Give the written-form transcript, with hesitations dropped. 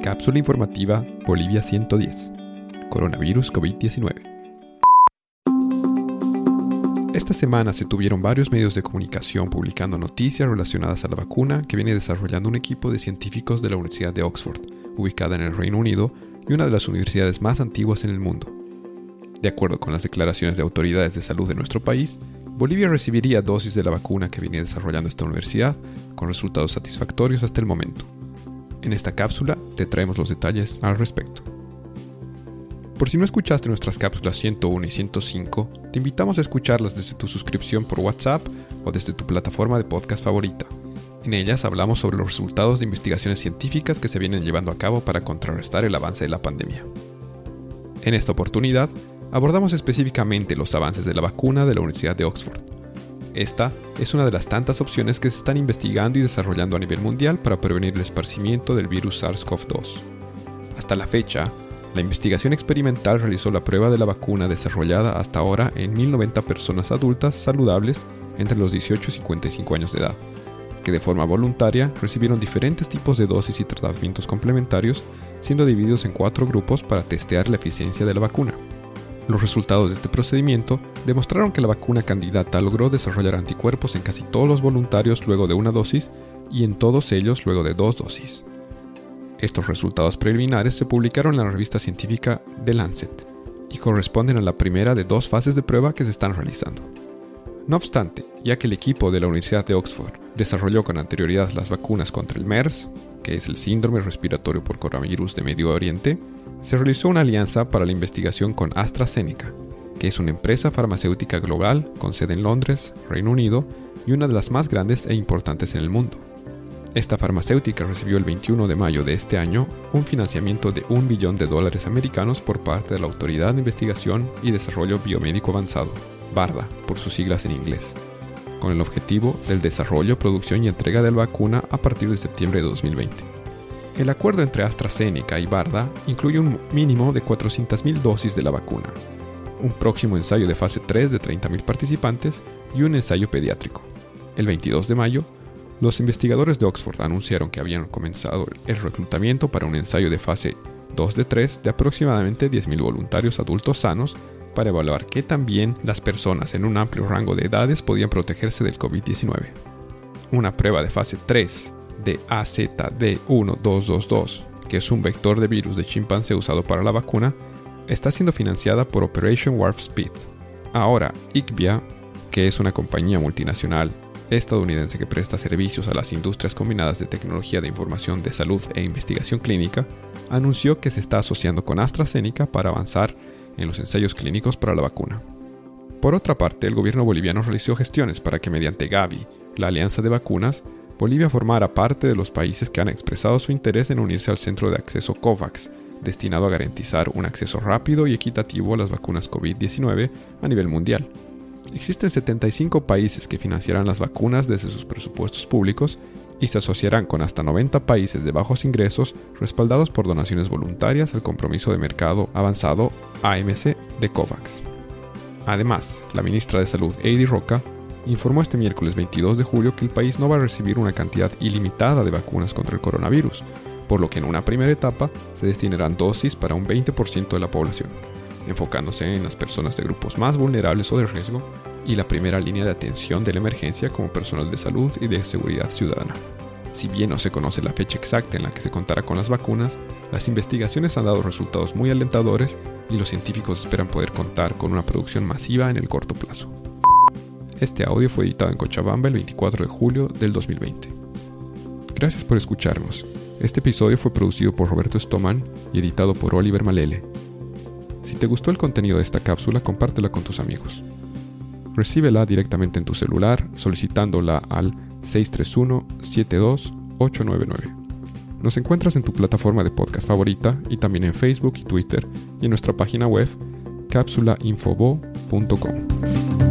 Cápsula informativa Bolivia 110. Coronavirus COVID-19. Esta semana se tuvieron varios medios de comunicación publicando noticias relacionadas a la vacuna que viene desarrollando un equipo de científicos de la Universidad de Oxford, ubicada en el Reino Unido y una de las universidades más antiguas en el mundo. De acuerdo con las declaraciones de autoridades de salud de nuestro país, Bolivia recibiría dosis de la vacuna que viene desarrollando esta universidad, con resultados satisfactorios hasta el momento. En esta cápsula te traemos los detalles al respecto. Por si no escuchaste nuestras cápsulas 101 y 105, te invitamos a escucharlas desde tu suscripción por WhatsApp o desde tu plataforma de podcast favorita. En ellas hablamos sobre los resultados de investigaciones científicas que se vienen llevando a cabo para contrarrestar el avance de la pandemia. En esta oportunidad, abordamos específicamente los avances de la vacuna de la Universidad de Oxford. Esta es una de las tantas opciones que se están investigando y desarrollando a nivel mundial para prevenir el esparcimiento del virus SARS-CoV-2. Hasta la fecha, la investigación experimental realizó la prueba de la vacuna desarrollada hasta ahora en 1090 personas adultas saludables entre los 18 y 55 años de edad, que de forma voluntaria recibieron diferentes tipos de dosis y tratamientos complementarios, siendo divididos en 4 grupos para testear la eficiencia de la vacuna. Los resultados de este procedimiento demostraron que la vacuna candidata logró desarrollar anticuerpos en casi todos los voluntarios luego de una dosis y en todos ellos luego de 2 dosis. Estos resultados preliminares se publicaron en la revista científica The Lancet y corresponden a la primera de 2 fases de prueba que se están realizando. No obstante, ya que el equipo de la Universidad de Oxford desarrolló con anterioridad las vacunas contra el MERS, que es el síndrome respiratorio por coronavirus de Medio Oriente, se realizó una alianza para la investigación con AstraZeneca, que es una empresa farmacéutica global con sede en Londres, Reino Unido, y una de las más grandes e importantes en el mundo. Esta farmacéutica recibió el 21 de mayo de este año un financiamiento de $1 billón americanos por parte de la Autoridad de Investigación y Desarrollo Biomédico Avanzado, BARDA, por sus siglas en inglés, con el objetivo del desarrollo, producción y entrega de la vacuna a partir de septiembre de 2020. El acuerdo entre AstraZeneca y BARDA incluye un mínimo de 400.000 dosis de la vacuna, un próximo ensayo de fase 3 de 30.000 participantes y un ensayo pediátrico. El 22 de mayo, los investigadores de Oxford anunciaron que habían comenzado el reclutamiento para un ensayo de fase 2 de 3 de aproximadamente 10.000 voluntarios adultos sanos para evaluar qué tan bien las personas en un amplio rango de edades podían protegerse del COVID-19. Una prueba de fase 3 de AZD1222, que es un vector de virus de chimpancé usado para la vacuna, está siendo financiada por Operation Warp Speed. Ahora, IQVIA, que es una compañía multinacional estadounidense que presta servicios a las industrias combinadas de tecnología de información de salud e investigación clínica, anunció que se está asociando con AstraZeneca para avanzar en los ensayos clínicos para la vacuna. Por otra parte, el gobierno boliviano realizó gestiones para que mediante Gavi, la alianza de vacunas, Bolivia formara parte de los países que han expresado su interés en unirse al centro de acceso COVAX, destinado a garantizar un acceso rápido y equitativo a las vacunas COVID-19 a nivel mundial. Existen 75 países que financiarán las vacunas desde sus presupuestos públicos y se asociarán con hasta 90 países de bajos ingresos respaldados por donaciones voluntarias al Compromiso de Mercado Avanzado AMC de COVAX. Además, la ministra de Salud, Heidi Roca, informó este miércoles 22 de julio que el país no va a recibir una cantidad ilimitada de vacunas contra el coronavirus, por lo que en una primera etapa se destinarán dosis para un 20% de la población, enfocándose en las personas de grupos más vulnerables o de riesgo y la primera línea de atención de la emergencia como personal de salud y de seguridad ciudadana. Si bien no se conoce la fecha exacta en la que se contará con las vacunas, las investigaciones han dado resultados muy alentadores y los científicos esperan poder contar con una producción masiva en el corto plazo. Este audio fue editado en Cochabamba el 24 de julio del 2020. Gracias por escucharnos. Este episodio fue producido por Roberto Stoman y editado por Oliver Malele. Si te gustó el contenido de esta cápsula, compártela con tus amigos. Recíbela directamente en tu celular solicitándola al 631-72-899. Nos encuentras en tu plataforma de podcast favorita y también en Facebook y Twitter y en nuestra página web cápsulainfobo.com.